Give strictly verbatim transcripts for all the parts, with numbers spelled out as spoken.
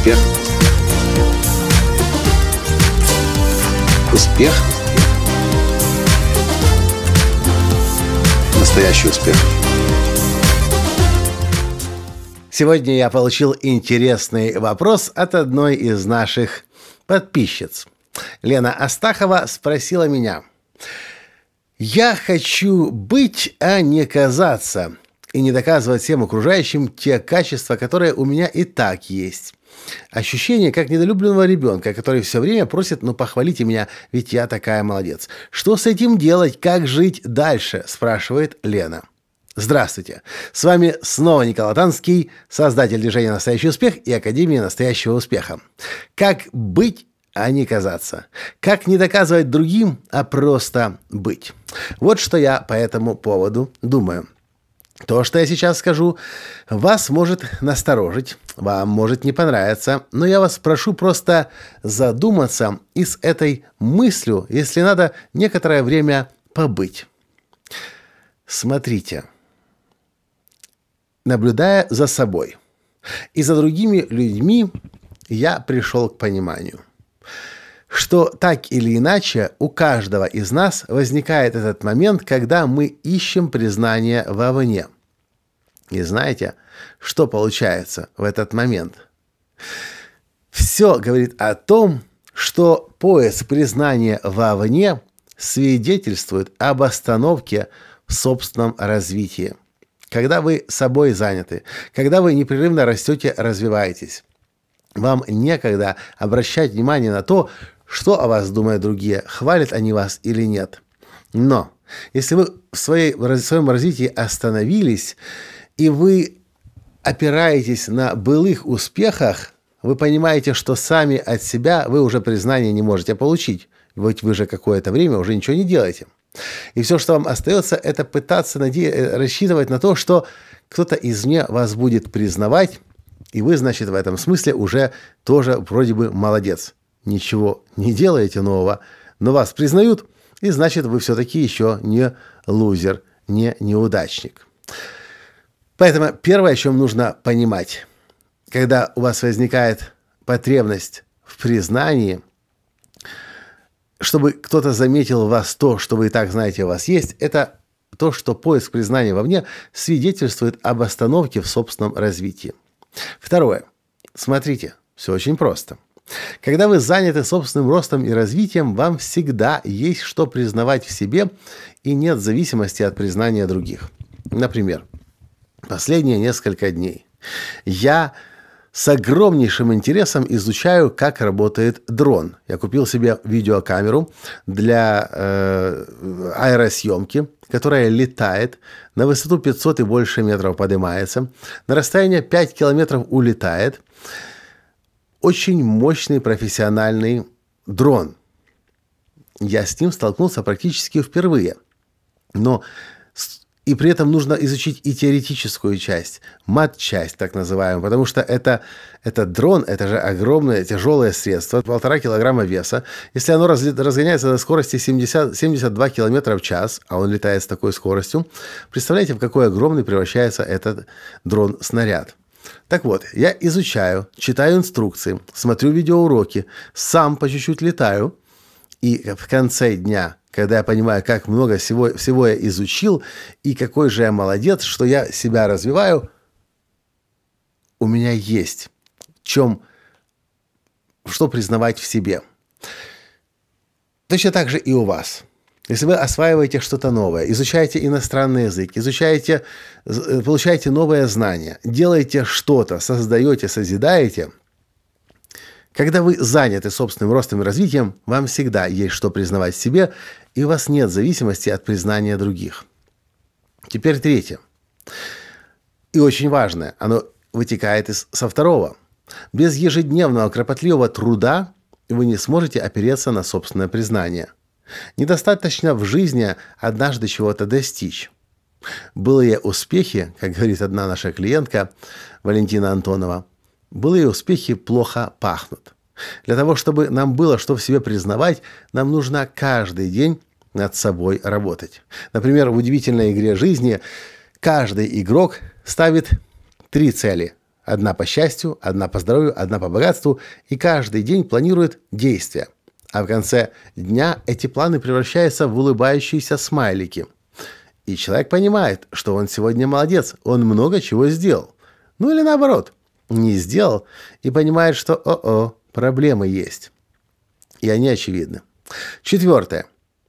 Успех. Успех. Настоящий успех. Сегодня я получил интересный вопрос от одной из наших подписчиц. Лена Астахова спросила меня: «Я хочу быть, а не казаться, и не доказывать всем окружающим те качества, которые у меня и так есть. Ощущение, как недолюбленного ребенка, который все время просит: ну похвалите меня, ведь я такая молодец. Что с этим делать, как жить дальше?» – спрашивает Лена. Здравствуйте! С вами снова Николай Танский, создатель движения «Настоящий успех» и Академии настоящего успеха. Как быть, а не казаться? Как не доказывать другим, а просто быть? Вот что я по этому поводу думаю. То, что я сейчас скажу, вас может насторожить, вам может не понравиться, но я вас прошу просто задуматься и с этой мыслью, если надо, некоторое время побыть. Смотрите, наблюдая за собой и за другими людьми, я пришел к пониманию, что так или иначе у каждого из нас возникает этот момент, когда мы ищем признание вовне. И знаете, что получается в этот момент? Все говорит о том, что поиск признания вовне свидетельствует об остановке в собственном развитии. Когда вы собой заняты, когда вы непрерывно растете, развиваетесь, вам некогда обращать внимание на то, что о вас думают другие, хвалят они вас или нет. Но если вы в, своей, в своем развитии остановились, и вы опираетесь на былых успехах, вы понимаете, что сами от себя вы уже признания не можете получить, ведь вы же какое-то время уже ничего не делаете. И все, что вам остается, это пытаться наде- рассчитывать на то, что кто-то извне вас будет признавать, и вы, значит, в этом смысле уже тоже вроде бы молодец. Ничего не делаете нового, но вас признают, и значит, вы все-таки еще не лузер, не неудачник. Поэтому первое, о чем нужно понимать, когда у вас возникает потребность в признании, чтобы кто-то заметил в вас то, что вы и так знаете у вас есть, это то, что поиск признания вовне свидетельствует об остановке в собственном развитии. Второе. Смотрите, все очень просто. Когда вы заняты собственным ростом и развитием, вам всегда есть что признавать в себе, и нет зависимости от признания других. Например, последние несколько дней я с огромнейшим интересом изучаю, как работает дрон. Я купил себе видеокамеру для э, аэросъемки, которая летает, на высоту пятьсот и больше метров поднимается, на расстояние пять километров улетает. Очень мощный профессиональный дрон. Я с ним столкнулся практически впервые. Но и при этом нужно изучить и теоретическую часть, мат-часть так называемую, потому что это, это дрон, это же огромное тяжелое средство, полтора килограмма веса. Если оно раз, разгоняется на скорости семьдесят, семьдесят два километра в час, а он летает с такой скоростью, представляете, в какой огромный превращается этот дрон-снаряд. Так вот, я изучаю, читаю инструкции, смотрю видеоуроки, сам по чуть-чуть летаю, и в конце дня, когда я понимаю, как много всего, всего я изучил, и какой же я молодец, что я себя развиваю, у меня есть в чем, что признавать в себе. Точно так же и у вас. Если вы осваиваете что-то новое, изучаете иностранный язык, изучаете, получаете новые знания, делаете что-то, создаете, созидаете, когда вы заняты собственным ростом и развитием, вам всегда есть что признавать в себе, и у вас нет зависимости от признания других. Теперь третье. И очень важное, оно вытекает из, со второго. Без ежедневного кропотливого труда вы не сможете опереться на собственное признание. Недостаточно в жизни однажды чего-то достичь. Былые успехи, как говорит одна наша клиентка Валентина Антонова, былые успехи плохо пахнут. Для того, чтобы нам было что в себе признавать, нам нужно каждый день над собой работать. Например, в удивительной игре жизни каждый игрок ставит три цели. Одна по счастью, одна по здоровью, одна по богатству, и каждый день планирует действия. А в конце дня эти планы превращаются в улыбающиеся смайлики. И человек понимает, что он сегодня молодец, он много чего сделал. Ну или наоборот, не сделал и понимает, что о-о, проблемы есть. И они очевидны. Четвертое.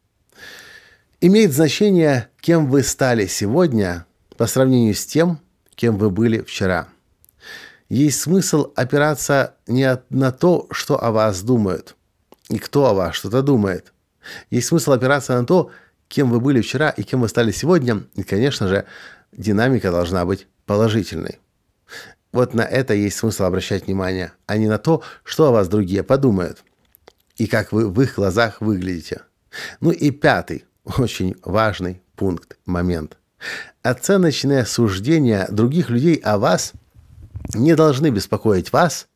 Имеет значение, кем вы стали сегодня по сравнению с тем, кем вы были вчера. Есть смысл опираться не на то, что о вас думают, и кто о вас что-то думает. Есть смысл опираться на то, кем вы были вчера и кем вы стали сегодня. И, конечно же, динамика должна быть положительной. Вот на это есть смысл обращать внимание, а не на то, что о вас другие подумают и как вы в их глазах выглядите. Ну и пятый, очень важный пункт, момент. Оценочные суждения других людей о вас не должны беспокоить вас,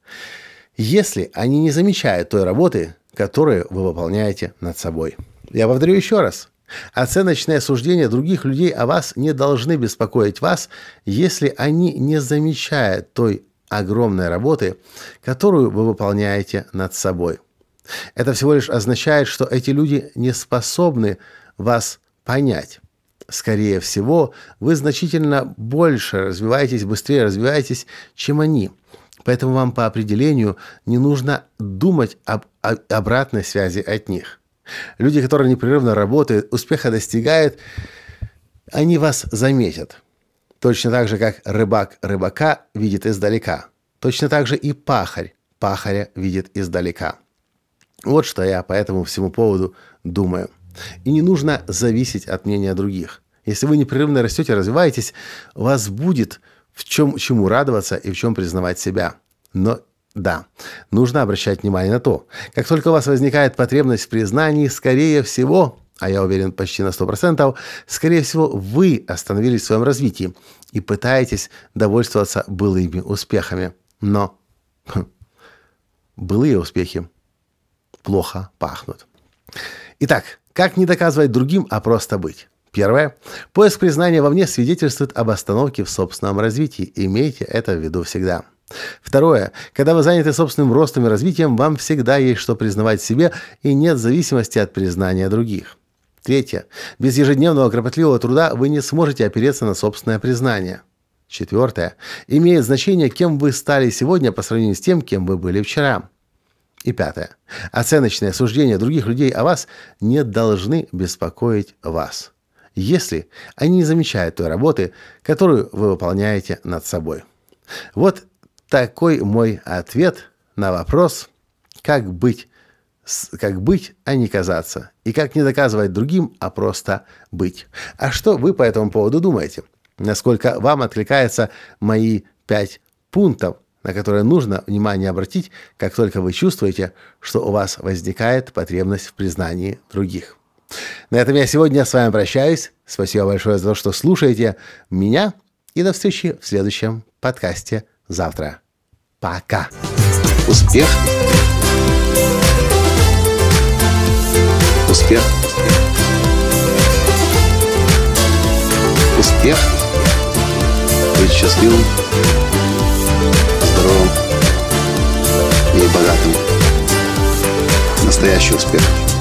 если они не замечают той работы, которую вы выполняете над собой. Я повторю еще раз. Оценочные суждения других людей о вас не должны беспокоить вас, если они не замечают той огромной работы, которую вы выполняете над собой. Это всего лишь означает, что эти люди не способны вас понять. Скорее всего, вы значительно больше развиваетесь, быстрее развиваетесь, чем они. Поэтому вам по определению не нужно думать об обратной связи от них. Люди, которые непрерывно работают, успеха достигают, они вас заметят. Точно так же, как рыбак рыбака видит издалека. Точно так же и пахарь пахаря видит издалека. Вот что я по этому всему поводу думаю. И не нужно зависеть от мнения других. Если вы непрерывно растете, развиваетесь, у вас будет в чем, чему радоваться и в чем признавать себя. Но да, нужно обращать внимание на то, как только у вас возникает потребность в признании, скорее всего, а я уверен почти на сто процентов, скорее всего, вы остановились в своем развитии и пытаетесь довольствоваться былыми успехами. Но хм, былые успехи плохо пахнут. Итак, как не доказывать другим, а просто быть? Первое. Поиск признания вовне свидетельствует об остановке в собственном развитии. Имейте это в виду всегда. Второе. Когда вы заняты собственным ростом и развитием, вам всегда есть что признавать в себе и нет зависимости от признания других. Третье. Без ежедневного кропотливого труда вы не сможете опереться на собственное признание. Четвертое. Имеет значение, кем вы стали сегодня по сравнению с тем, кем вы были вчера. И пятое. Оценочные суждения других людей о вас не должны беспокоить вас, если они не замечают той работы, которую вы выполняете над собой. Вот такой мой ответ на вопрос, как быть, как быть, а не казаться, и как не доказывать другим, а просто быть. А что вы по этому поводу думаете? Насколько вам откликаются мои пять пунктов, на которые нужно внимание обратить, как только вы чувствуете, что у вас возникает потребность в признании других. На этом я сегодня с вами прощаюсь. Спасибо большое за то, что слушаете меня. И до встречи в следующем подкасте завтра. Пока. Успех. Успех. Успех. Быть счастливым, здоровым и богатым. Настоящий успех.